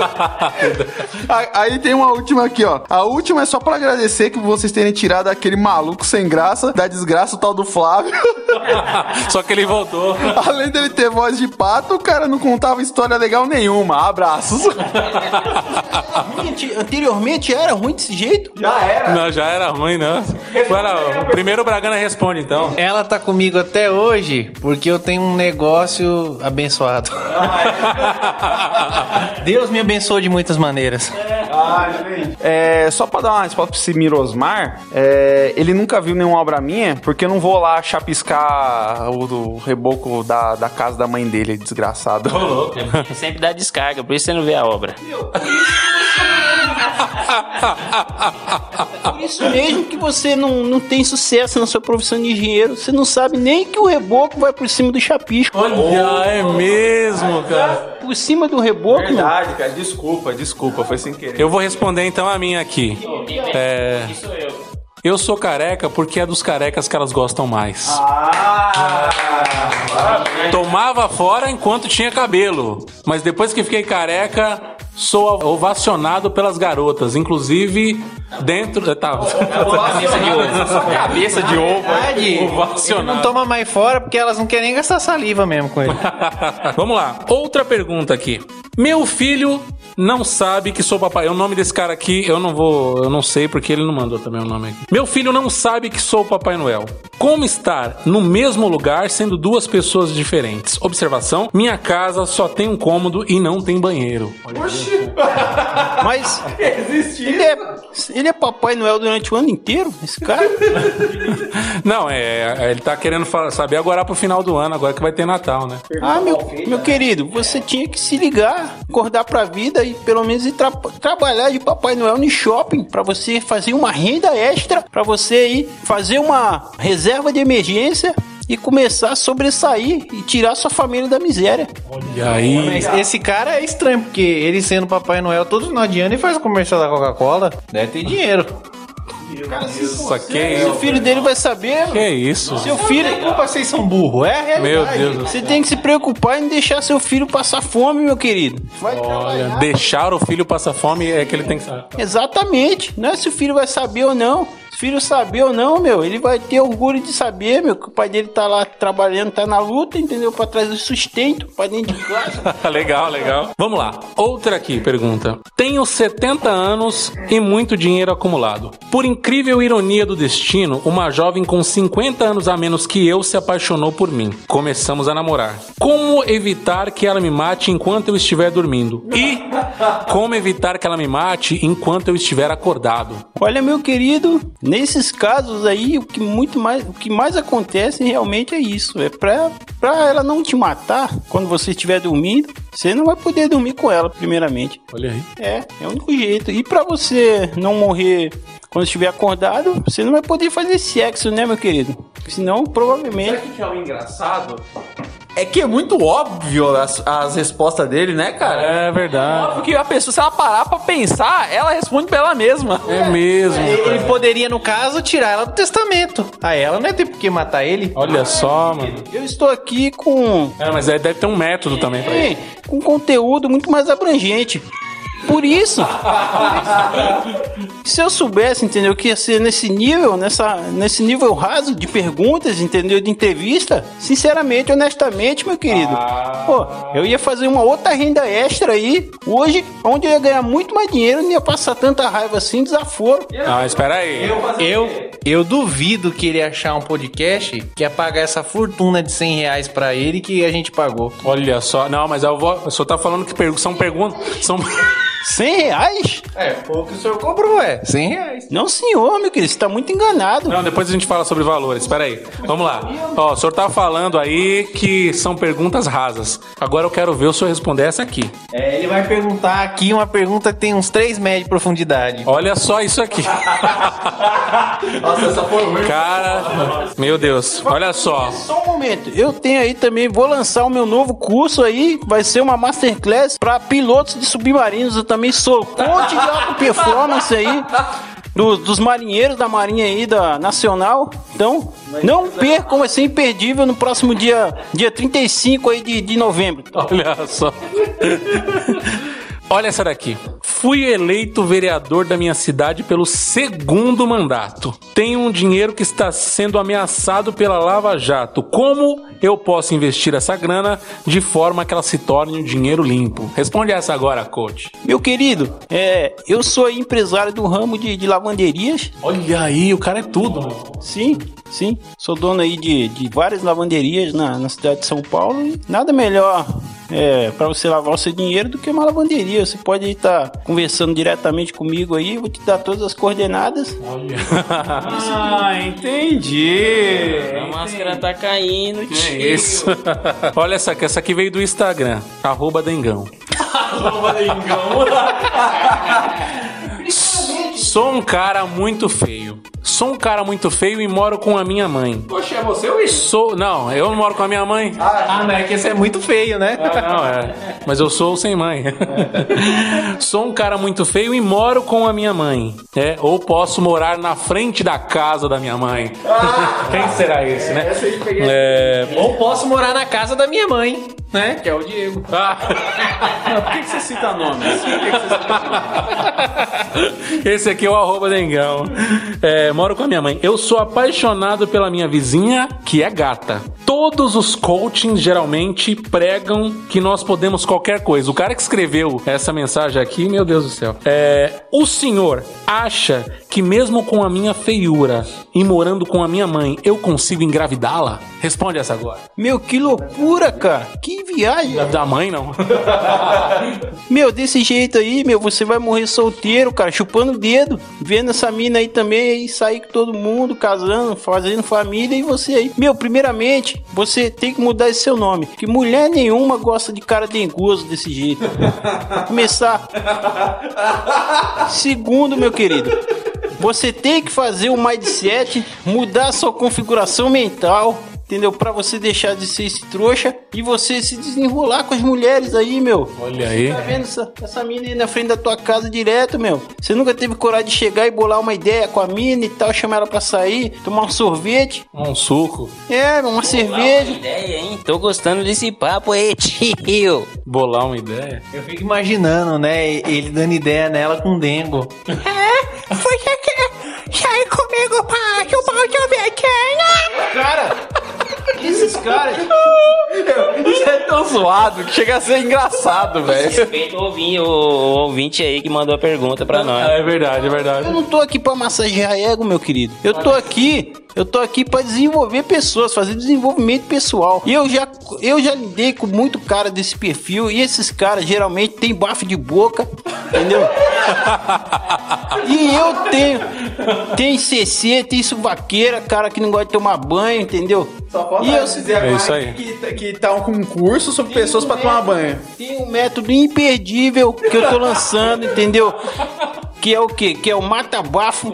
Aí tem uma última aqui, ó. A última é só pra agradecer que vocês terem tirado aquele maluco sem graça da desgraça, o tal do Flávio. Só que ele voltou. Além dele ter voz de pato, o cara não contava história legal nenhuma. Abraços. Anteriormente era ruim desse jeito? Já era. Não, já era ruim, não. Agora, o primeiro Bragana responde, então. Ela tá comigo até hoje porque eu tenho um negócio abençoado. Deus me abençoou de muitas maneiras. É, só pra dar uma resposta pra esse Mirosmar, é, ele nunca viu nenhuma obra minha, porque eu não vou lá chapiscar o, o reboco da, da casa da mãe dele, desgraçado. Sempre dá descarga, por isso você não vê a obra. Por isso mesmo que você não, não tem sucesso na sua profissão de engenheiro. Você não sabe nem que o reboco vai por cima do chapisco. Olha, é mesmo, cara. Por cima do reboco. Verdade, cara, desculpa, desculpa, foi sem querer. Eu vou responder então a minha aqui. É... Eu sou careca porque é dos carecas que elas gostam mais. Ah, Tomava fora enquanto tinha cabelo, mas depois que fiquei careca, sou ovacionado pelas garotas, inclusive dentro... Tá. Cabeça de ovo. Cabeça de ovo. Ele não toma mais fora porque elas não querem nem gastar saliva mesmo com ele. Vamos lá, outra pergunta aqui. Meu filho não sabe que sou papai. O nome desse cara aqui eu não vou, eu não sei porque ele não mandou também o nome aqui. Meu filho não sabe que sou o Papai Noel. Como estar no mesmo lugar sendo duas pessoas diferentes? Observação: minha casa só tem um cômodo e não tem banheiro. Oxi. Mas ele é, ele é Papai Noel durante o ano inteiro? Esse cara? Não, é, ele tá querendo fa- saber agora pro final do ano, agora que vai ter Natal, né? Ah, meu, meu querido, você tinha que se ligar, acordar pra vida e pelo menos ir tra- trabalhar de Papai Noel no shopping, pra você fazer uma renda extra, pra você ir fazer uma reserva de emergência e começar a sobressair e tirar sua família da miséria. E aí? Mas esse cara é estranho, porque ele sendo Papai Noel todo final de ano e faz o comercial da Coca-Cola, deve ter dinheiro. Isso aqui. O filho dele vai saber. Que isso? Seu filho. Desculpa, vocês são burros, é a realidade. Meu Deus do Você tem que se preocupar em não deixar seu filho passar fome, meu querido. Vai Olha, deixar o filho passar fome é que ele tem que saber. Exatamente. Não é se o filho vai saber ou não. Se o filho saber ou não, meu, ele vai ter orgulho de saber, meu, que o pai dele tá lá trabalhando, tá na luta, entendeu? Pra trazer sustento pra dentro de casa. Legal, legal. Vamos lá. Outra aqui, pergunta. Tenho setenta anos e muito dinheiro acumulado. Por incrível ironia do destino, uma jovem com cinquenta anos a menos que eu se apaixonou por mim. Começamos a namorar. Como evitar que ela me mate enquanto eu estiver dormindo? E como evitar que ela me mate enquanto eu estiver acordado? Olha, meu querido, nesses casos aí, o que muito mais, o que mais acontece realmente é isso. É pra, pra ela não te matar quando você estiver dormindo, você não vai poder dormir com ela, primeiramente. Olha aí. É, é o único jeito. E pra você não morrer quando estiver acordado, você não vai poder fazer sexo, né, meu querido? Senão, provavelmente... Sabe o que é o engraçado? É que é muito óbvio as, as respostas dele, né, cara? É verdade. Óbvio que a pessoa, se ela parar pra pensar, ela responde pra ela mesma. É mesmo. Ele poderia, no caso, tirar ela do testamento. A ela não é ter por que matar ele. Olha só, mano. Eu estou aqui com... É, mas aí deve ter um método também pra isso. É, com conteúdo muito mais abrangente. Por isso, se eu soubesse, entendeu, que ia ser nesse nível, nessa, nesse nível raso de perguntas, entendeu, de entrevista, sinceramente, honestamente, meu querido, pô, eu ia fazer uma outra renda extra aí, hoje, onde eu ia ganhar muito mais dinheiro, não ia passar tanta raiva assim, desaforo. Ah, espera aí. Eu, eu duvido que ele achar um podcast que ia pagar essa fortuna de cem reais pra ele que a gente pagou. Olha só. Não, mas eu vou. Eu só tá falando que pergu- são perguntas. São. cem reais? É, foi o que o senhor cobrou, é. cem reais. Não, senhor, meu querido, você tá muito enganado. Não, depois a gente fala sobre valores. Espera aí. Vamos lá. Ó, o senhor tá falando aí que são perguntas rasas. Agora eu quero ver o senhor responder essa aqui. É, ele vai perguntar aqui uma pergunta que tem uns três metros de profundidade. Olha só isso aqui. Nossa, essa foi ruim. Cara, meu Deus. Olha só. Só um momento, eu tenho aí também, vou lançar o meu novo curso aí, vai ser uma masterclass para pilotos de submarinos. Eu também sou coach de alta performance aí, do, dos marinheiros da marinha aí, da Nacional. Então, não percam, vai ser imperdível no próximo dia, dia trinta e cinco aí de, de novembro. Olha só. Olha essa daqui. Fui eleito vereador da minha cidade pelo segundo mandato. Tenho um dinheiro que está sendo ameaçado pela Lava Jato. Como eu posso investir essa grana de forma que ela se torne um dinheiro limpo? Responde essa agora, coach. Meu querido, é, eu sou empresário do ramo de, de lavanderias. Olha aí, o cara é tudo, mano. Sim, sim. Sou dono aí de, de várias lavanderias na, na cidade de São Paulo. E nada melhor é, para você lavar o seu dinheiro do que uma lavanderia. Você pode estar conversando diretamente comigo aí. Eu vou te dar todas as coordenadas. Olha. Ah, entendi. A máscara tá caindo, Que tio. isso? Olha essa aqui, essa aqui veio do Instagram, arroba Dengão. Sou um cara muito feio. Sou um cara muito feio e moro com a minha mãe. Poxa, é você ou isso? Sou, não, eu não moro com a minha mãe. Ah, não, é que esse é muito feio, né? Ah, não, é. Mas eu sou sem mãe. Sou um cara muito feio e moro com a minha mãe. É, ou posso morar na frente da casa da minha mãe. Quem será esse, né? É... Ou posso morar na casa da minha mãe, né? Que é o Diego. Ah. Por que, que você cita nomes? Por que, que você cita nomes? Esse aqui é o arroba Dengão. É, moro com a minha mãe. Eu sou apaixonado pela minha vizinha, que é gata. Todos os coachings geralmente pregam que nós podemos qualquer coisa. O cara que escreveu essa mensagem aqui, meu Deus do céu. É, o senhor acha que mesmo com a minha feiura e morando com a minha mãe, eu consigo engravidá-la? Responde essa agora. Meu, que loucura, cara. Que viagem. Da, da mãe, não. Meu, desse jeito aí, meu, você vai morrer solteiro, cara, chupando o dedo, vendo essa mina aí também, aí sair com todo mundo, casando, fazendo família, e você aí. Meu, primeiramente, você tem que mudar esse seu nome, que mulher nenhuma gosta de cara dengoso desse jeito. Pra começar. Segundo, meu querido, você tem que fazer o mindset, mudar a sua configuração mental. entendeu? Pra você deixar de ser esse trouxa e você se desenrolar com as mulheres aí, meu. Olha aí. Tá vendo essa, essa mina aí na frente da tua casa direto, meu? Você nunca teve coragem de chegar e bolar uma ideia com a mina e tal, chamar ela pra sair, tomar um sorvete? Um suco. É, uma cerveja. Uma ideia, hein? Tô gostando desse papo aí, tio. Bolar uma ideia. Eu fico imaginando, né? Ele dando ideia nela com dengo. É, foi que sair comigo pra chupar o teu pequeno. Cara, esses caras... Isso é tão zoado que chega a ser engraçado, velho. Respeita o ouvinte, o, o ouvinte aí que mandou a pergunta pra nós. É verdade, é verdade. Eu não tô aqui pra massagear ego, meu querido. Eu tô aqui... Eu tô aqui pra desenvolver pessoas, fazer desenvolvimento pessoal. E eu já, eu já lidei com muito cara desse perfil. E esses caras geralmente tem bafo de boca, entendeu? E eu tenho, tem C C, tem suvaqueira, cara que não gosta de tomar banho, entendeu? Só falta E eu- dizer É agora isso aí. Que, que tá um concurso sobre pessoas pra tomar banho. Tem um método imperdível que eu tô lançando, entendeu? Que é o quê? Que é o mata-bafo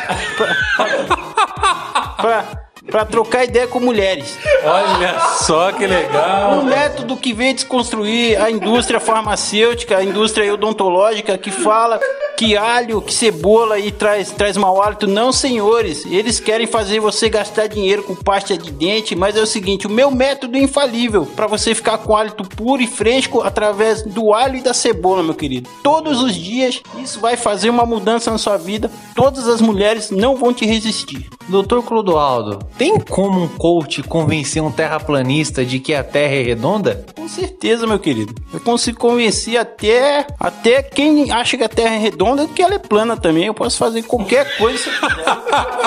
pra, pra, pra trocar ideia com mulheres. Olha só que legal. Um método que veio desconstruir a indústria farmacêutica, a indústria odontológica, que fala que alho, que cebola e traz, traz mau hálito. Não, senhores. Eles querem fazer você gastar dinheiro com pasta de dente, mas é o seguinte, o meu método é infalível para você ficar com hálito puro e fresco através do alho e da cebola, meu querido. Todos os dias, isso vai fazer uma mudança na sua vida. Todas as mulheres não vão te resistir. Doutor Clodoaldo, tem como um coach convencer um terraplanista de que a Terra é redonda? Com certeza, meu querido. Eu consigo convencer até, até quem acha que a Terra é redonda que ela é plana também. Eu posso fazer qualquer coisa se eu quiser.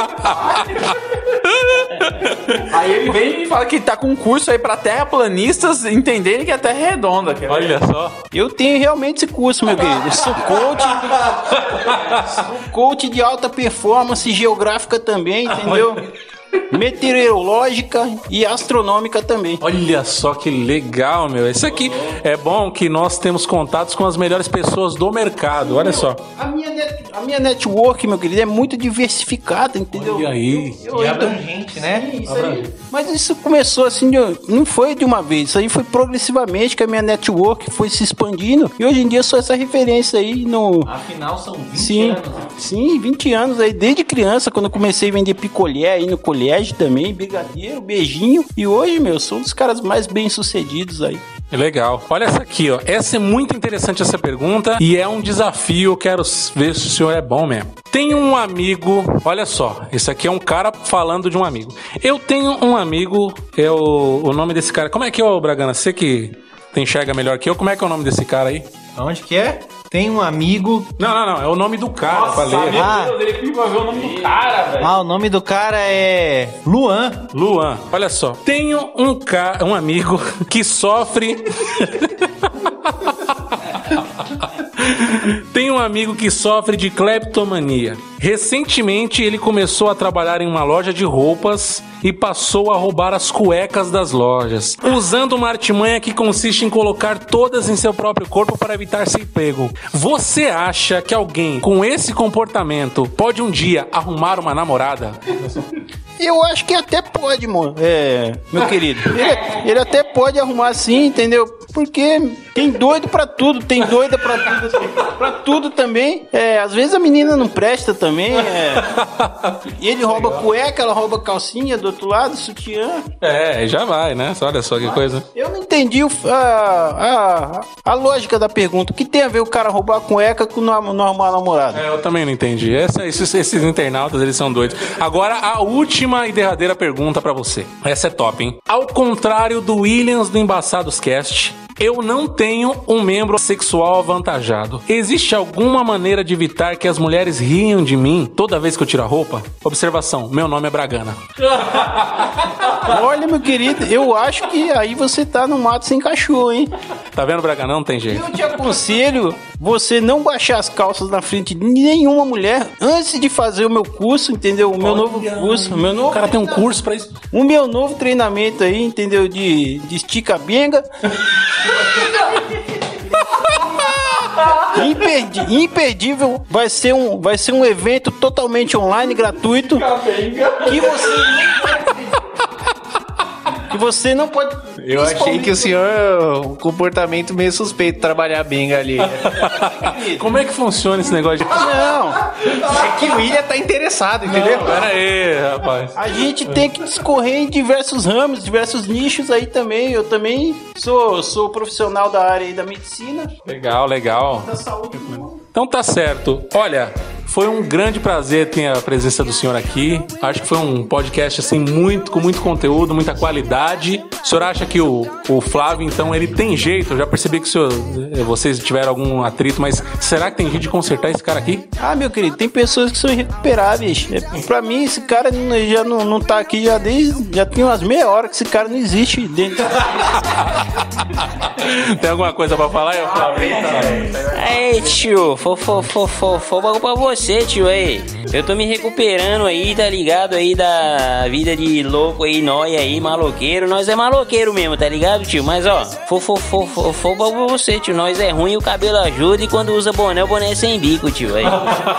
Aí ele vem e fala que tá com um curso aí pra terraplanistas entenderem que a Terra é redonda. Quer ver? Olha só. Eu tenho realmente esse curso, meu querido. Eu sou coach. Sou coach de alta performance geográfica também, entendeu? Meteorológica e astronômica também. Olha só que legal, meu. Isso aqui é bom que nós temos contatos com as melhores pessoas do mercado. Olha só. A minha, net, a minha network, meu querido, é muito diversificada, entendeu? Olha aí. Eu, E eu, abrangente, né? Sim, isso aí. Mas isso começou assim, de- não foi de uma vez, isso aí foi progressivamente que a minha network foi se expandindo e hoje em dia eu sou essa referência aí no... Afinal, são vinte Sim, anos. sim, vinte anos aí, desde criança, quando eu comecei a vender picolé aí no colégio também, brigadeiro, beijinho, e hoje, meu, sou um dos caras mais bem sucedidos aí. Legal. Olha essa aqui, ó. Essa é muito interessante, essa pergunta, e é um desafio. Eu quero ver se o senhor é bom mesmo. Tem um amigo, olha só, esse aqui é um cara falando de um amigo. Eu tenho um amigo, é o, o nome desse cara, como é que é, ô Bragana? Você que enxerga melhor que eu, como é que é o nome desse cara aí? Onde que é? Tem um amigo... Não, não, não, é o nome do cara, falei. Ah, Ele que vai ver o nome do cara, velho. ah, o nome do cara é Luan. Luan, olha só. Tenho um cara, um amigo que sofre. Tem um amigo que sofre de cleptomania. Recentemente ele começou a trabalhar em uma loja de roupas e passou a roubar as cuecas das lojas, usando uma artimanha que consiste em colocar todas em seu próprio corpo para evitar ser pego. Você acha que alguém com esse comportamento pode um dia arrumar uma namorada? Eu acho que até pode, mano. É, meu querido. Ele, ele até pode arrumar sim, entendeu? Porque tem doido pra tudo, tem doida pra tudo, assim, pra tudo também. É, às vezes a menina não presta também. É. E ele rouba cueca, ela rouba calcinha do outro lado, sutiã. É, já vai, né? Olha só que coisa. Eu não entendi o- a, a, a lógica da pergunta. O que tem a ver o cara roubar a cueca com não, não arrumar namorada? É, eu também não entendi. Essa- esses, esses internautas, eles são doidos. Agora, a última e derradeira pergunta pra você. Essa é top, hein? Ao contrário do Williams do Embaçados Cast, eu não tenho um membro sexual avantajado. Existe alguma maneira de evitar que as mulheres riam de mim toda vez que eu tiro a roupa? Observação, meu nome é Bragana. Olha, meu querido, eu acho que aí você tá no mato sem cachorro, hein? Tá vendo, Bragana? Não tem jeito. Eu te aconselho você não baixar as calças na frente de nenhuma mulher antes de fazer o meu curso, entendeu? O meu novo curso, o meu novo, O cara tem um curso pra isso. o meu novo treinamento aí, entendeu? De, de estica-benga. Imperdi- imperdível, vai ser um vai ser um evento totalmente online, gratuito, que você Que você não pode... Eu achei que o senhor, um comportamento meio suspeito, trabalhar binga ali. Como é que funciona esse negócio de... Não, É que o William tá interessado, entendeu? Pera aí, rapaz. a gente tem que discorrer em diversos ramos, diversos nichos aí também. Eu também sou, sou profissional da área aí da medicina, Legal, legal. da saúde. Então tá certo. Olha, foi um grande prazer ter a presença do senhor aqui. Acho que foi um podcast assim muito com muito conteúdo, muita qualidade. O senhor acha que o, o Flávio, então, ele tem jeito? Eu já percebi que o senhor, vocês tiveram algum atrito, mas será que tem jeito de consertar esse cara aqui? Ah, meu querido, tem pessoas que são irrecuperáveis. É, pra mim, esse cara não- já não, não tá aqui já desde... Já tem umas meia hora que esse cara não existe dentro. Tem alguma coisa pra falar, eu, Flávio? Aí, tio, fofo, fofo, fofo pra você, tio, aí. Eu tô me recuperando aí, tá ligado? Aí da vida de louco aí, nóia aí, maloqueiro. Nós é maloqueiro mesmo, tá ligado, tio? Mas, ó, fofo, fofo, fofo pra você, tio. Nós é ruim, o cabelo ajuda e quando usa boné, o boné é sem bico, tio, aí.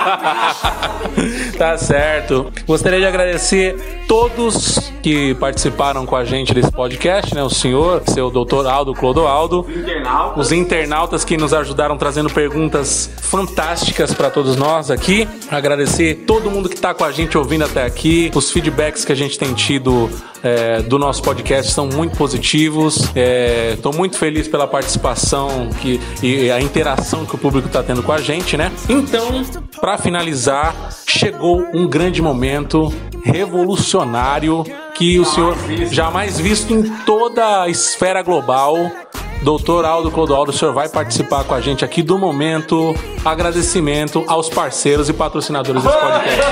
Tá certo. Gostaria de agradecer todos que participaram com a gente desse podcast, né? O senhor, seu doutor Aldo Clodoaldo, os internautas que nos ajudaram trazendo perguntas fantásticas para todos nós aqui. Agradecer todo mundo que tá com a gente ouvindo até aqui. Os feedbacks que a gente tem tido é, do nosso podcast são muito positivos. Estou muito feliz pela participação que, e a interação que o público está tendo com a gente, né? Então, para finalizar, chegou um grande momento revolucionário que o senhor jamais visto em toda a esfera global. doutor Aldo Clodoaldo, o senhor vai participar com a gente aqui do momento agradecimento aos parceiros e patrocinadores desse podcast.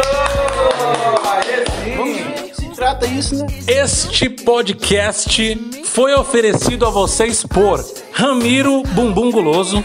Se trata isso, né? Este podcast foi oferecido a vocês por Ramiro Bumbum Guloso,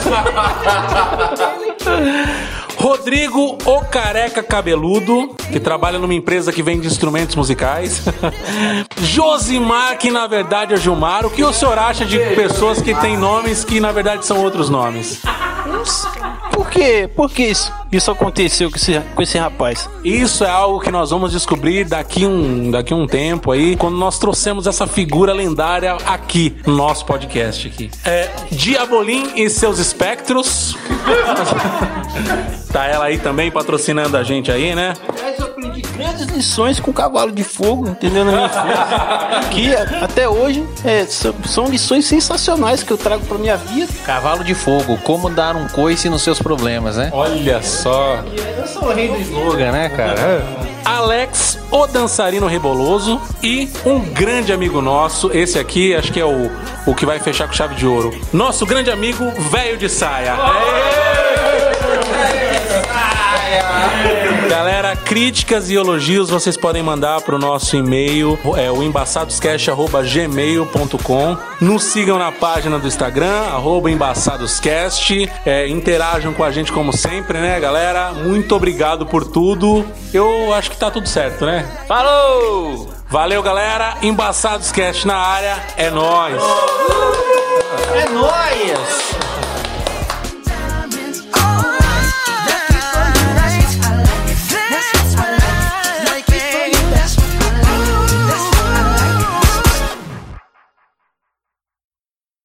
Rodrigo O Careca Cabeludo, que trabalha numa empresa que vende instrumentos musicais, Josimar, que na verdade é Gilmar. O que o senhor acha de pessoas que têm nomes que na verdade são outros nomes? Por quê? Por que isso, isso aconteceu com esse, com esse rapaz? Isso é algo que nós vamos descobrir daqui um, daqui um tempo aí, quando nós trouxemos essa figura lendária aqui no nosso podcast aqui. É, Diabolim e seus espectros. Tá ela aí também patrocinando a gente aí, né? Aliás, eu aprendi grandes lições com o cavalo de fogo, entendeu? Na minha infância. Que a- até hoje é, são, são lições sensacionais que eu trago pra minha vida. Cavalo de fogo, como dar um coice nos seus problemas, né? Olha só. Eu sou o rei do slogan, né, cara? Alex, o dançarino reboloso, e um grande amigo nosso, esse aqui acho que é o, o que vai fechar com chave de ouro, nosso grande amigo Velho de Saia. Galera, críticas e elogios vocês podem mandar pro nosso e-mail, é o embaçadoscast arroba gmail ponto com. Nos sigam na página do Instagram, arroba embaçadoscast. É, interajam com a gente como sempre, né, galera? Muito obrigado por tudo. Eu acho que tá tudo certo, né? Falou! Valeu, galera. Embaçadoscast na área. É nóis. É nóis!